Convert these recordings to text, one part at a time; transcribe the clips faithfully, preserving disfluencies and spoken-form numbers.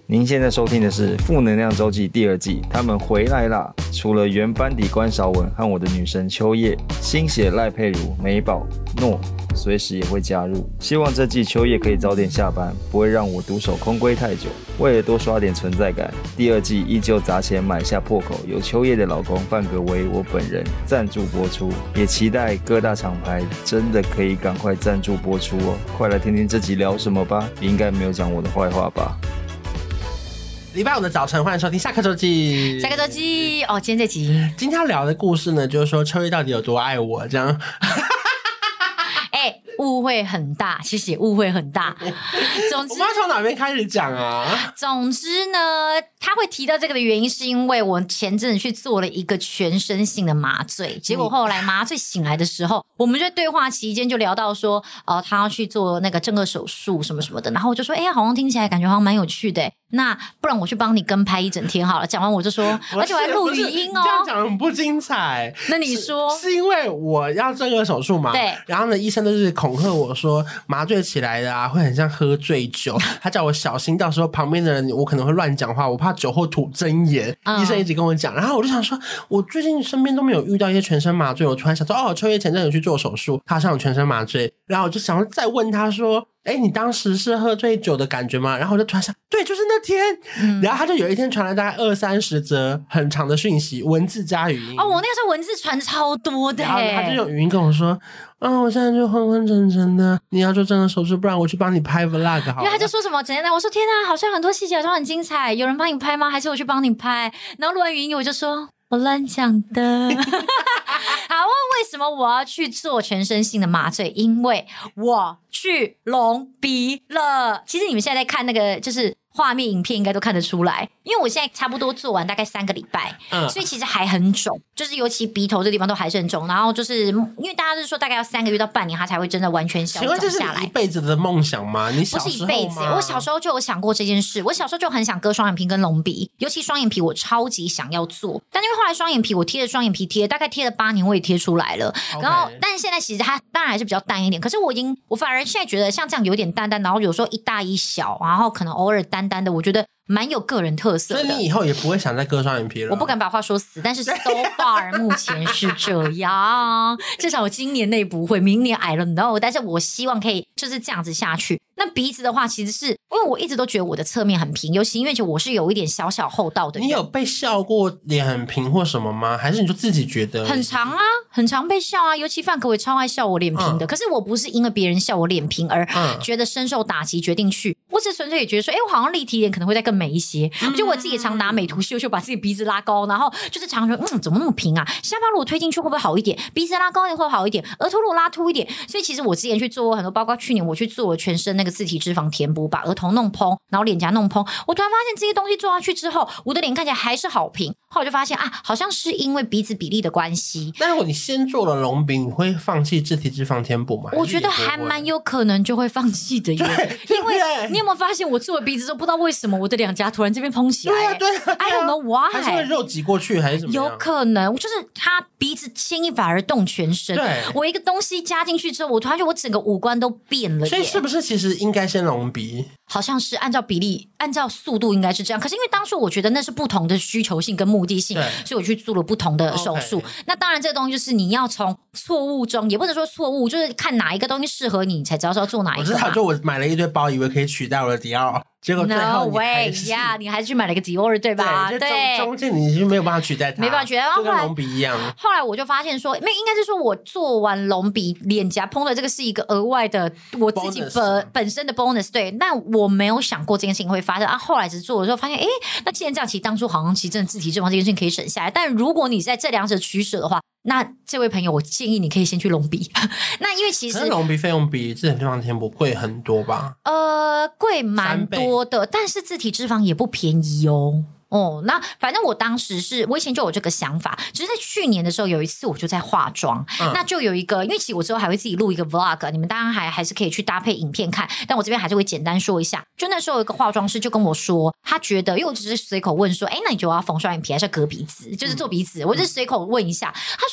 您现在收听的是《负能量周记》第二季，他们回来啦！除了原班底关韶文和我的女神秋叶，新血赖佩如、美宝、诺随时也会加入。希望这季秋叶可以早点下班，不会让我独守空闺太久。为了多刷点存在感，第二季依旧砸钱买下破口，由秋叶的老公范格维我本人赞助播出，也期待各大厂牌真的可以赶快赞助播出哦！快来听听这集聊什么吧，应该没有讲我的坏话吧？ 礼拜五的早晨，欢迎收听下课周记。 下课周记哦，今天这集， 今天要聊的故事呢，就是说秋叶到底有多爱我，这样。 哎、欸，误会很大，谢谢，误会很大。总之， 我们要从哪边开始讲啊？ 总之呢，他会提到这个的原因，是因为我前阵子去做了一个全身性的麻醉，结果后来麻醉醒来的时候，我们就对话期间就聊到说，哦、呃，他要去做那个正颌手术什么什么的，然后我就说，哎、欸，好像听起来感觉好像蛮有趣的，那不然我去帮你跟拍一整天好了。讲完我就说，而且我还录语音哦， 这样讲很不精彩。 那你说是, 是因为我要正颌手术嘛？ 对。 然后呢，医生都是恐吓我说，麻醉起来的啊，会很像喝醉酒。他叫我小心，到时候旁边的人我可能会乱讲话，我怕酒后吐真言。嗯、医生一直跟我讲，然后我就想说，我最近身边都没有遇到一些全身麻醉，我突然想说，哦，秋叶前阵有去做手术，他好像有全身麻醉，然后我就想再问他说，哎，你当时是喝醉酒的感觉吗？然后我就突然想，对，就是那天。嗯、然后他就有一天传来大概二三十则很长的讯息，文字加语音。 哦，我那个时候文字传超多的。 然后他就用语音跟我说，嗯，我现在就昏昏沉沉的，你要做正颌手术，不然我去帮你拍 vlog 好了。 因为他就说什么怎样的，我说天啊，好像很多细节好像很精彩，有人帮你拍吗？还是我去帮你拍？然后录完语音我就说，我乱讲的。好，问为什么我要去做全身性的麻醉？因为我去隆鼻了。其实你们现在在看那个就是画面影片应该都看得出来，因为我现在差不多做完大概三个礼拜、嗯、所以其实还很肿，就是尤其鼻头这地方都还是很肿，然后就是因为大家是说大概要三个月到半年它才会真的完全消肿下来。 请问这是一辈子的梦想吗？你小时候吗？ 不是一辈子，我小时候就有想过这件事，我小时候就很想割双眼皮跟隆鼻，尤其双眼皮我超级想要做，但因为后来双眼皮我贴了双眼皮贴大概贴了八年我也贴出来了， okay. 然后但是现在其实它当然还是比较淡一点，可是我已经我反而现在觉得像这样有点淡淡，然后有时候一大一小，然后可能偶尔单单的，我觉得蛮有个人特色的。 所以你以后也不会想再割双眼皮了？ 我不敢把话说死，但是 so far 目前是这样，至少我今年内不会，明年 I don't know， 但是我希望可以就是这样子下去。那鼻子的话其实是因为我一直都觉得我的侧面很平，尤其因为我是有一点小小厚道的人。 你有被笑过脸很平或什么吗？还是你就自己觉得？ 很常啊，很常被笑啊，尤其范可伟超爱笑我脸平的、嗯、可是我不是因为别人笑我脸平而觉得深受打击决定去，我只纯粹也觉得说，哎，我好像立体脸可能会再更美一些。嗯、就我自己也常拿美图秀秀把自己鼻子拉高，然后就是常说，嗯，怎么那么平啊？下巴如果推进去会不会好一点？鼻子拉高一点会好一点？额头如果拉凸一点？所以其实我之前去做过很多，包括去年我去做了全身那个自体脂肪填补，把额头弄蓬，然后脸颊弄蓬。我突然发现这些东西做下去之后，我的脸看起来还是好平。后来就发现啊，好像是因为鼻子比例的关系。 那如果你先做了隆鼻，你会放弃自体脂肪填补吗？ 我觉得还蛮有可能就会放弃的耶。因为你有没有发现，我做了鼻子之后，不知道为什么我的两颊突然这边蓬起来？ 对啊，对啊，对啊 I don't know why， 还是会肉挤过去，还是什么？ 有可能，就是他鼻子牵一发而动全身。 对， 我一个东西加进去之后，我突然觉得我整个五官都变了耶。 所以是不是其实应该先隆鼻？ 好像是按照比例，按照速度应该是这样。可是因为当初我觉得那是不同的需求性跟目的性，所以我去做了不同的手术。Okay. 那当然这个东西就是你要从错误中，也不能说错误，就是看哪一个东西适合你，你才知道是要做哪一个。 我知道，就我买了一堆包，以为可以取代我的迪奥。结果最后 no way 呀、yeah, 你还是去买了个 Dior 对吧？ 对，对，中间你就没有办法取代它， 没办法取代。 就跟隆鼻一样。 后来我就发现说，没应该是说我做完隆鼻，脸颊蓬的这个是一个额外的我自己本本身的 bonus， 对。但我没有想过这件事情会发生啊。后来只做的时候发现，哎，那既然这样，其实当初好像其实真的自体脂肪这件事情可以省下来。但如果你在这两者取舍的话，那这位朋友，我建议你可以先去隆鼻。那因为其实隆鼻费用比自体脂肪填补贵很多吧？ 呃，贵蛮多的，但是自体脂肪也不便宜哦。哦，那反正我当时是我以前就有这个想法，只是在去年的时候有一次我就在化妆、嗯、那就有一个，因为其实我之后还会自己录一个 vlog， 你们当然还还是可以去搭配影片看，但我这边还是会简单说一下。就那时候有一个化妆师就跟我说，他觉得因为我只是随口问说，哎，那你觉得我要缝双眼皮还是要割鼻子，就是做鼻子、嗯、我就随口问一下，他说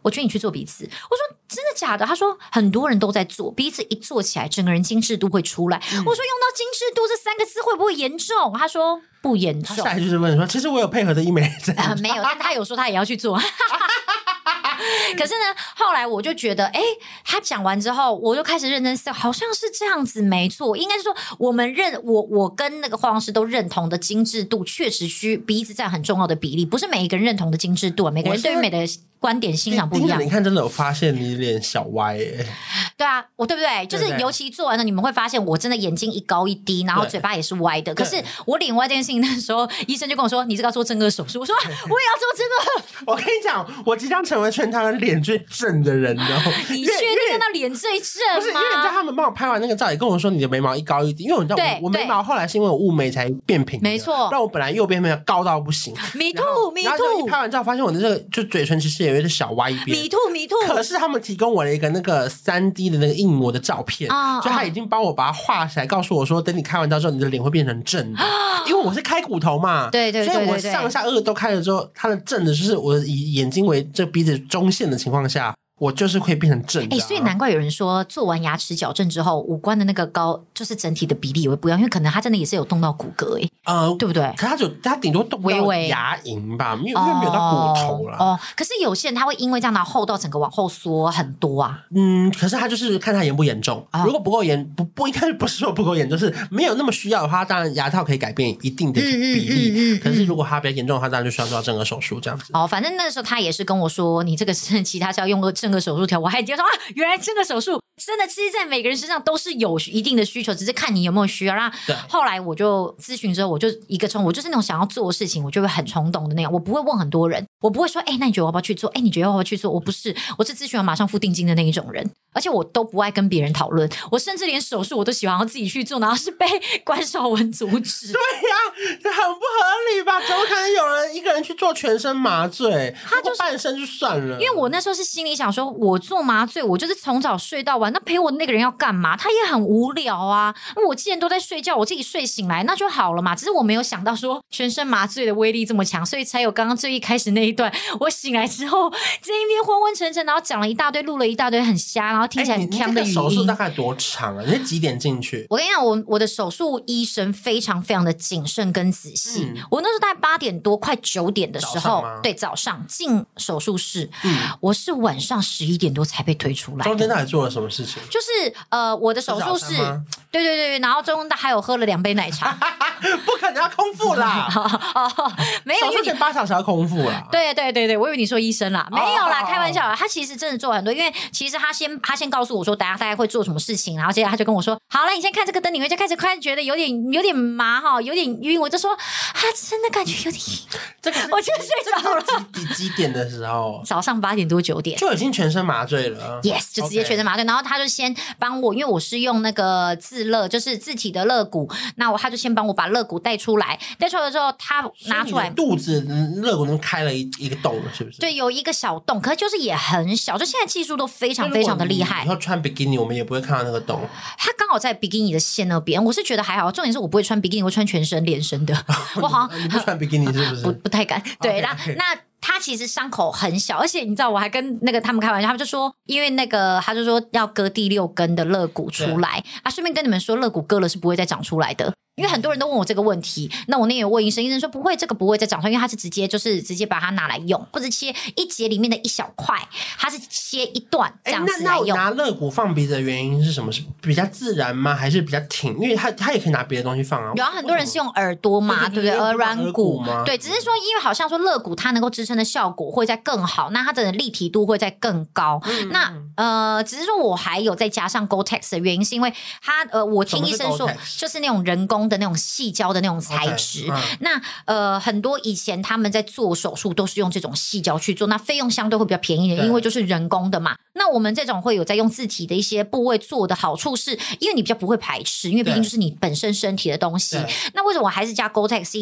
我觉得你去做鼻子。我说真的假的？他说很多人都在做鼻子，一做起来整个人精致度会出来。嗯、我说用到精致度这三个字会不会严重？他说不严重。 他下来就是问说，其实我有配合的医美诊、 呃、没有，但他有说他也要去做。可是呢，后来我就觉得，哎，他讲完之后，我就开始认真思考，好像是这样子，没错，应该是说我们认我我跟那个化妆师都认同的精致度，确实需鼻子占很重要的比例，不是每一个人认同的精致度，每个人对于美的观点欣赏不一样。 你看，真的有发现你脸小歪耶？ 对啊，我对不对？就是尤其做完了，你们会发现我真的眼睛一高一低，然后嘴巴也是歪的。可是我脸歪这件事情，那时候医生就跟我说：“你这个要做正颌手术。”我说：“我也要做正颌。” 我跟你讲，我即将成为全台湾脸最正的人哦！ 你确定看到脸最正吗？ 不是，因为你知道他们帮我拍完那个照，也跟我说你的眉毛一高一低，因为我知道我我眉毛后来是因为我雾眉才变平的， 没错。 不然我本来右边眉毛高到不行。 迷兔迷兔， 然后就一拍完照，发现我的这个就嘴唇其实有一点小歪一边。 迷兔迷兔， 可是他们提供我了一个那个三 D 的那个印模的照片， 哦、 就他已经帮我把它画起来，告诉我说，等你开完照之后，你的脸会变成正的，哦、因为我是开骨头嘛， 对对 对, 对, 对, 对，所以我上下颚都开了之后，它的正的就是我以眼睛为这鼻子中线的情况下。我就是会变成正的、啊， 哎、欸，所以难怪有人说做完牙齿矫正之后，五官的那个高，就是整体的比例也会不一样，因为可能他真的也是有动到骨骼、欸，哎，呃，对不对？ 可他就他顶多动到牙龈吧，没有因为没有到骨头啦。 哦，可是有些人他会因为这样，然后厚到整个往后缩很多啊。 嗯，可是他就是看他严不严重， 哦、 如果不够严，不不应该不是说不够严，就是没有那么需要的话，当然牙套可以改变一定的比例。嗯嗯嗯嗯、可是如果他比较严重的话，当然就需要做到正颌手术这样子。 哦，反正那时候他也是跟我说，你这个是其他是要用个正颌手术条，我还。说啊，原来这个手术真的，其实在每个人身上都是有一定的需求，只是看你有没有需要。那后来我就咨询之后，我就一个冲，我就是那种想要做的事情，我就会很冲动的那样，我不会问很多人，我不会说，哎、欸，那你觉得我要不要去做？哎、欸，你觉得我要不要去做？我不是，我是咨询完马上付定金的那一种人，而且我都不爱跟别人讨论，我甚至连手术我都喜欢要自己去做，然后是被关韶文阻止。 对呀、啊，这很不合理吧？怎么可能有人一个人去做全身麻醉？他就半身就算了， 因为我那时候是心里想说，我做麻醉，我就是从早睡到晚，那陪我的那个人要干嘛？他也很无聊啊。我既然都在睡觉，我自己睡醒来那就好了嘛。只是我没有想到说全身麻醉的威力这么强，所以才有刚刚最一开始那一段。我醒来之后，这一边昏昏沉沉，然后讲了一大堆，录了一大堆很瞎，然后听起来很呛的语音。 欸、手术大概多长啊？你是几点进去？ 我跟你讲，我我的手术医生非常非常的谨慎跟仔细。嗯、我那时候大概八点多，快九点的时候，对，早上进手术室，嗯、我是晚上十一点多才被推出来。 中间到底做了什么事情？ 就是呃，我的手术室，对对对，然后中间还有喝了两杯奶茶， 不可能要空腹啦！ 哦，没有， 手术前八小时要空腹啦。 对对对对，我以为你说医生啦，没有啦，开玩笑啦。他其实真的做很多，因为其实他先他先告诉我说，大家大概会做什么事情，然后接着他就跟我说，好了，你先看这个灯，你会就开始开始觉得有点有点麻哈，有点晕，我就说他真的感觉有点， 这个我就睡着了。 几几点的时候？ 早上八点多九点就已经全身麻醉了。 Yes， 就直接全身麻醉， okay. 然后他就先帮我，因为我是用那个自肋，就是自体的肋骨，那我他就先帮我把肋骨带出来，带出来之后他拿出来， 肚子肋骨那边开了一一个洞，是不是？ 对，有一个小洞，可是就是也很小，就现在技术都非常非常的厉害。 以后穿比基尼，我们也不会看到那个洞。 他刚好在比基尼的线那边，我是觉得还好。重点是我不会穿比基尼，我会穿全身连身的。我好像你不穿比基尼是不是？ 不不太敢。对， okay, okay. 那那。他其实伤口很小，而且你知道，我还跟那个他们开玩笑，他们就说，因为那个他就说要割第六根的肋骨出来啊，顺便跟你们说，肋骨割了是不会再长出来的。因为很多人都问我这个问题，那我那天有问医生，医生说不会，这个不会再长出来，因为它是直接就是直接把它拿来用，或者切一节里面的一小块，它是切一段这样子来用。 欸、那, 那我拿肋骨放鼻子的原因是什么？是比较自然吗？还是比较挺？因为它它也可以拿别的东西放啊。 有啊，很多人是用耳朵嘛，对不对？耳软骨嘛，对，只是说因为好像说肋骨它能够支撑的效果会再更好，那它的立体度会再更高。嗯、那呃，只是说我还有再加上 Gore-Tex 的原因，是因为它呃，我听医生说就是那种人工的那种细胶的那种材质。Okay, 嗯、那呃，很多以前他们在做手术都是用这种细胶去做，那费用相对会比较便宜的，因为就是人工的嘛。那我们这种会有在用自体的一些部位做的好处是，因为你比较不会排斥，因为毕竟就是你本身身体的东西。那为什么我还是加 Gore-Tex？ 是因为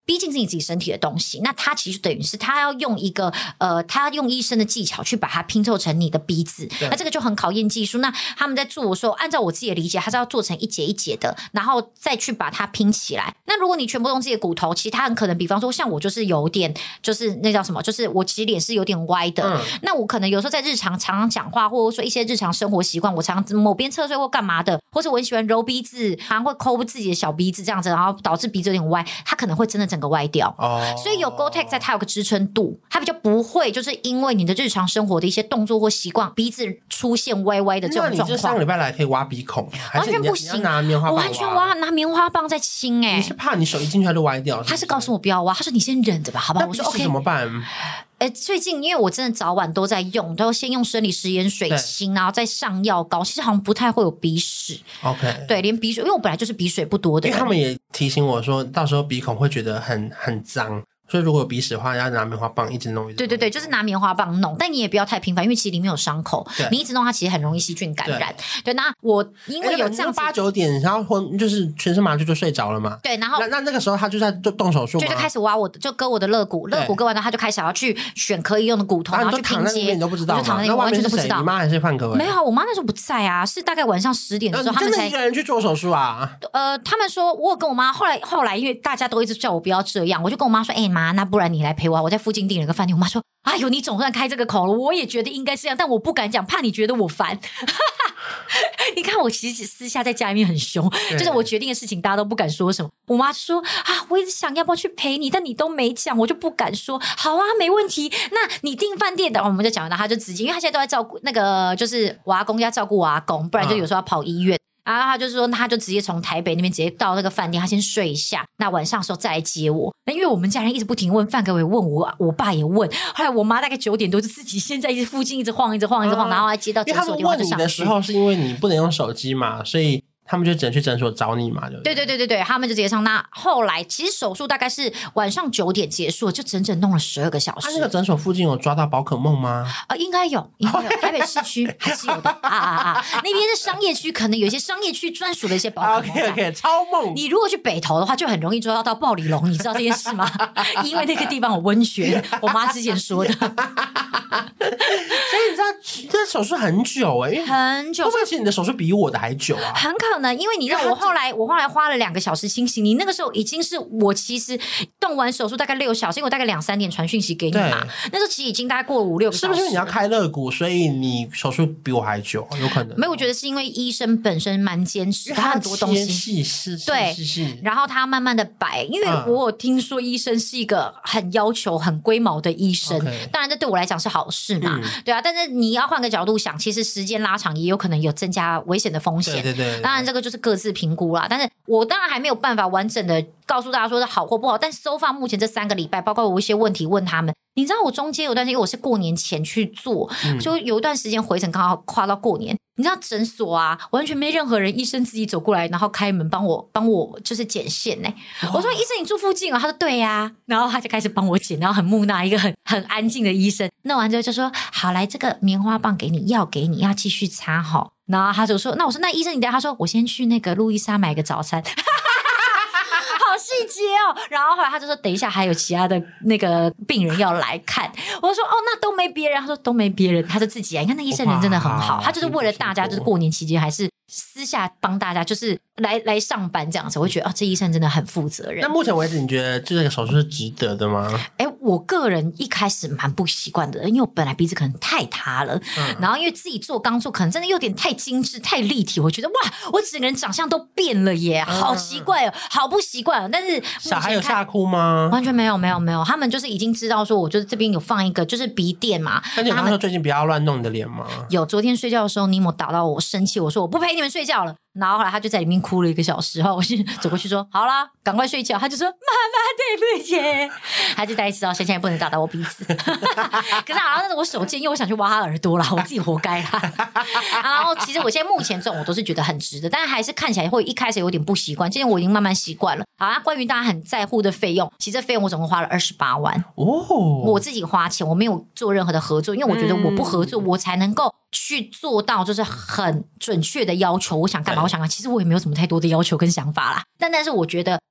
逼近自己自己身体的东西，那他其实等于是他要用一个呃，他要用医生的技巧去把它拼凑成你的鼻子，那这个就很考验技术。那他们在做的时候，按照我自己的理解，他是要做成一节一节的，然后再去把它拼起来。那如果你全部用自己的骨头，其实他很可能，比方说像我就是有点，就是那叫什么，就是我其实脸是有点歪的，嗯、那我可能有时候在日常常常讲话，或者说一些日常生活习惯，我常某边侧睡或干嘛的，或者我很喜欢揉鼻子，常会抠自己的小鼻子这样子，然后导致鼻子有点歪，它可能会真的整个歪掉。哦、所以有 Gore-Tex 在，它有个支撑度，它比较不会就是因为你的日常生活的一些动作或习惯，鼻子出现歪歪的这种状况。 那你这上个礼拜来可以挖鼻孔， 完全不行， 拿棉花棒挖， 完全挖拿棉花棒在清哎、欸。 你是怕你手一进去它就歪掉是不是？ 他是告诉我不要挖，他说你先忍着吧，好不好？我说 OK 怎么办？ 呃，最近因为我真的早晚都在用，都先用生理食盐水清，然后再上药膏，其实好像不太会有鼻屎。 OK， 对，连鼻水，因为我本来就是鼻水不多的人， 因为他们也提醒我说，到时候鼻孔会觉得很很脏。所以如果有鼻屎的话，要拿棉花棒一直弄一直弄。对对对，就是拿棉花棒弄，但你也不要太频繁，因为其实里面有伤口，你一直弄它其实很容易细菌感染。对，对那我因为有这样子八九点，然后昏就是全身麻醉就睡着了嘛。 对，然后那那那个时候他就在动手术嘛， 就就开始挖我的，就割我的肋骨，肋骨割完了他就开始要去选可以用的骨头，然后去拼接。 你都不知道， 我就躺在那边完全都不知道。 你妈还是范可伟？ 没有，我妈那时候不在啊，是大概晚上十点的时候，他们才真的一个人去做手术啊。 呃，他们说我有跟我妈，后来后来因为大家都一直叫我不要这样，我就跟我妈说，哎、欸、妈，那不然你来陪我，我在附近订了个饭店。我妈说，哎呦，你总算开这个口了，我也觉得应该是这样，但我不敢讲，怕你觉得我烦。你看我其实私下在家里面很凶，就是我决定的事情大家都不敢说什么。我妈说啊，我一直想要不要去陪你，但你都没讲，我就不敢说。好啊，没问题。那你订饭店的，我们就讲完了，他就直接，因为他现在都在照顾那个，就是我阿公家照顾我阿公，不然就有时候要跑医院。然后他就说，他就直接从台北那边直接到那个饭店，他先睡一下，那晚上的时候再来接我。那因为我们家人一直不停问，范可伟问我，我爸也问，后来我妈大概九点多就自己先在附近一直晃，一直晃，一直晃，然后还接到诊所电话就上去。 因为他们问你的时候，是因为你不能用手机嘛，所以他们就只能去诊所找你嘛，对不对？对对对对对，他们就直接上。那后来其实手术大概是晚上九点结束，就整整弄了十二个小时。 他、啊、那个诊所附近有抓到宝可梦吗？ 呃，应该有，应该有。台北市区还是有的啊啊啊！那边是商业区，可能有一些商业区专属的一些宝可梦。 OK OK， 超梦。 你如果去北投的话，就很容易抓到到暴鲤龙，你知道这件事吗？因为那个地方有温泉，我妈之前说的。 所以你知道这手术很久哎、欸， 很久。 会不会其实你的手术比我的还久啊？ 很可能，因为你让我后来，我后来花了两个小时清醒。你那个时候已经是我其实动完手术大概六小时，因为我大概两三点传讯息给你嘛。那时候其实已经大概过了五六个小时。 是不是你要开肋骨，所以你手术比我还久？有可能。 没有，我觉得是因为医生本身蛮坚持，他很多东西是对，然后他慢慢的摆。因为我有听说医生是一个很要求、很龟毛的医生，嗯、当然这对我来讲是好事嘛。嗯、对啊，但是你要换个角度想，其实时间拉长也有可能有增加危险的风险。 对对 对, 对， 当然这个就是各自评估啦。但是我当然还没有办法完整的告诉大家说是好或不好。但 so far 目前这三个礼拜，包括我一些问题问他们，你知道我中间有段时间，因为我是过年前去做，嗯、就有一段时间回诊刚好跨到过年。你知道诊所啊，完全没任何人，医生自己走过来，然后开门帮我帮我就是剪线呢、欸。我说医生你住附近啊？他说对呀、啊，然后他就开始帮我剪，然后很木讷，一个很很安静的医生。弄完之后就说好，来这个棉花棒给你，药给你，要继续擦好。然后他就说那我说那医生你等下，他说我先去那个路易莎买个早餐。好细节哦，然后后来他就说等一下还有其他的那个病人要来看，我就说哦那都没别人，他说都没别人，他就自己啊。你看那医生人真的很好，他就是为了大家，就是过年期间还是私下帮大家，就是来来上班这样子，我会觉得哦这医生真的很负责任。 那目前为止你觉得这个手术是值得的吗？ 哎，我个人一开始蛮不习惯的，因为我本来鼻子可能太塌了、嗯、然后因为自己做刚做可能真的有点太精致太立体，我觉得哇我整个人长相都变了耶，好奇怪哦、嗯、好不习惯。但是小孩有吓哭吗？ 完全没有没有没有，他们就是已经知道说我就是这边有放一个就是鼻垫嘛。 那你有跟他说最近不要乱弄你的脸吗？ 有，昨天睡觉的时候尼莫打到我生气，我说我不陪你们睡觉了，然后后来他就在里面哭了一个小时，后我就走过去说好啦赶快睡觉，他就说妈妈对不起，他就大概知道现在不能打到我鼻子。可是好像那是我手贱，因为我想去挖他耳朵啦，我自己活该啦。然后其实我现在目前这种我都是觉得很值得，但是还是看起来会一开始有点不习惯，今天我已经慢慢习惯了。好，那关于大家很在乎的费用，其实这费用我总共花了二十八万哦，我自己花钱，我没有做任何的合作，因为我觉得我不合作、嗯、我才能够去做到就是很准确的要求，我想干嘛我想干嘛，其实我也没有什么太多的要求跟想法啦，但但是我觉得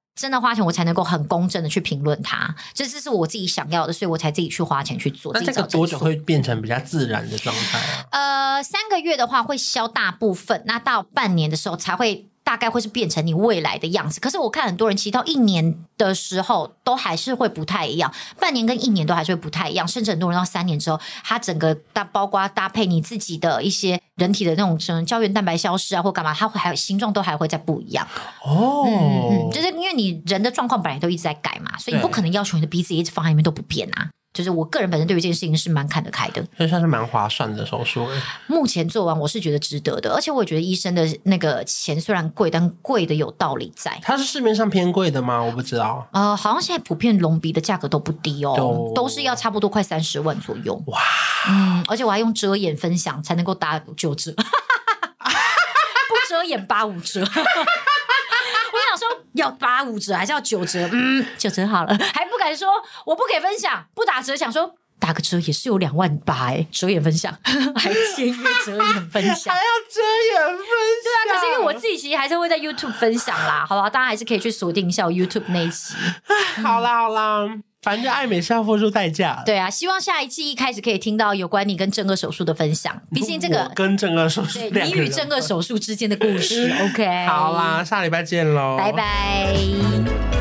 真的花钱我才能够很公正的去评论它，这是我自己想要的，所以我才自己去花钱去做。 那这个多久会变成比较自然的状态啊？ 呃，三个月的话会消大部分，那到半年的时候才会大概会是变成你未来的样子。可是我看很多人其实到一年的时候都还是会不太一样，半年跟一年都还是会不太一样，甚至很多人到三年之后，它整个搭包括搭配你自己的一些人体的那种什么胶原蛋白消失啊或干嘛，它会还有形状都还会再不一样。 哦， 嗯嗯，就是因为你人的状况本来都一直在改嘛，所以你不可能要求你的鼻子一直放在里面都不变啊。就是我个人本身对于这件事情是蛮看得开的， 所以算是蛮划算的手术。 目前做完我是觉得值得的，而且我也觉得医生的那个钱虽然贵，但贵的有道理在。 它是市面上偏贵的吗？我不知道。 呃，好像现在普遍隆鼻的价格都不低哦，都, 都是要差不多快三十万左右。哇，嗯，而且我还用遮掩分享才能够打九折，不遮掩八五折。我想说要八五折还是要九折？嗯，九折好了，还不敢说我不给分享，不打折，想说打个折也是有两万八哎，遮掩分享还签约遮掩分享， 还要遮掩分享？ 对啊，可是因为我自己其实还是会在 YouTube 分享啦，好吧，大家还是可以去锁定一下 YouTube 那一期。 好啦好啦。反正爱美是要付出代价。 对啊，希望下一季一开始可以听到有关你跟正颌手术的分享，毕竟这个我跟正颌手术， 对你与正颌手术之间的故事。OK， 好啦，下礼拜见喽， 拜拜。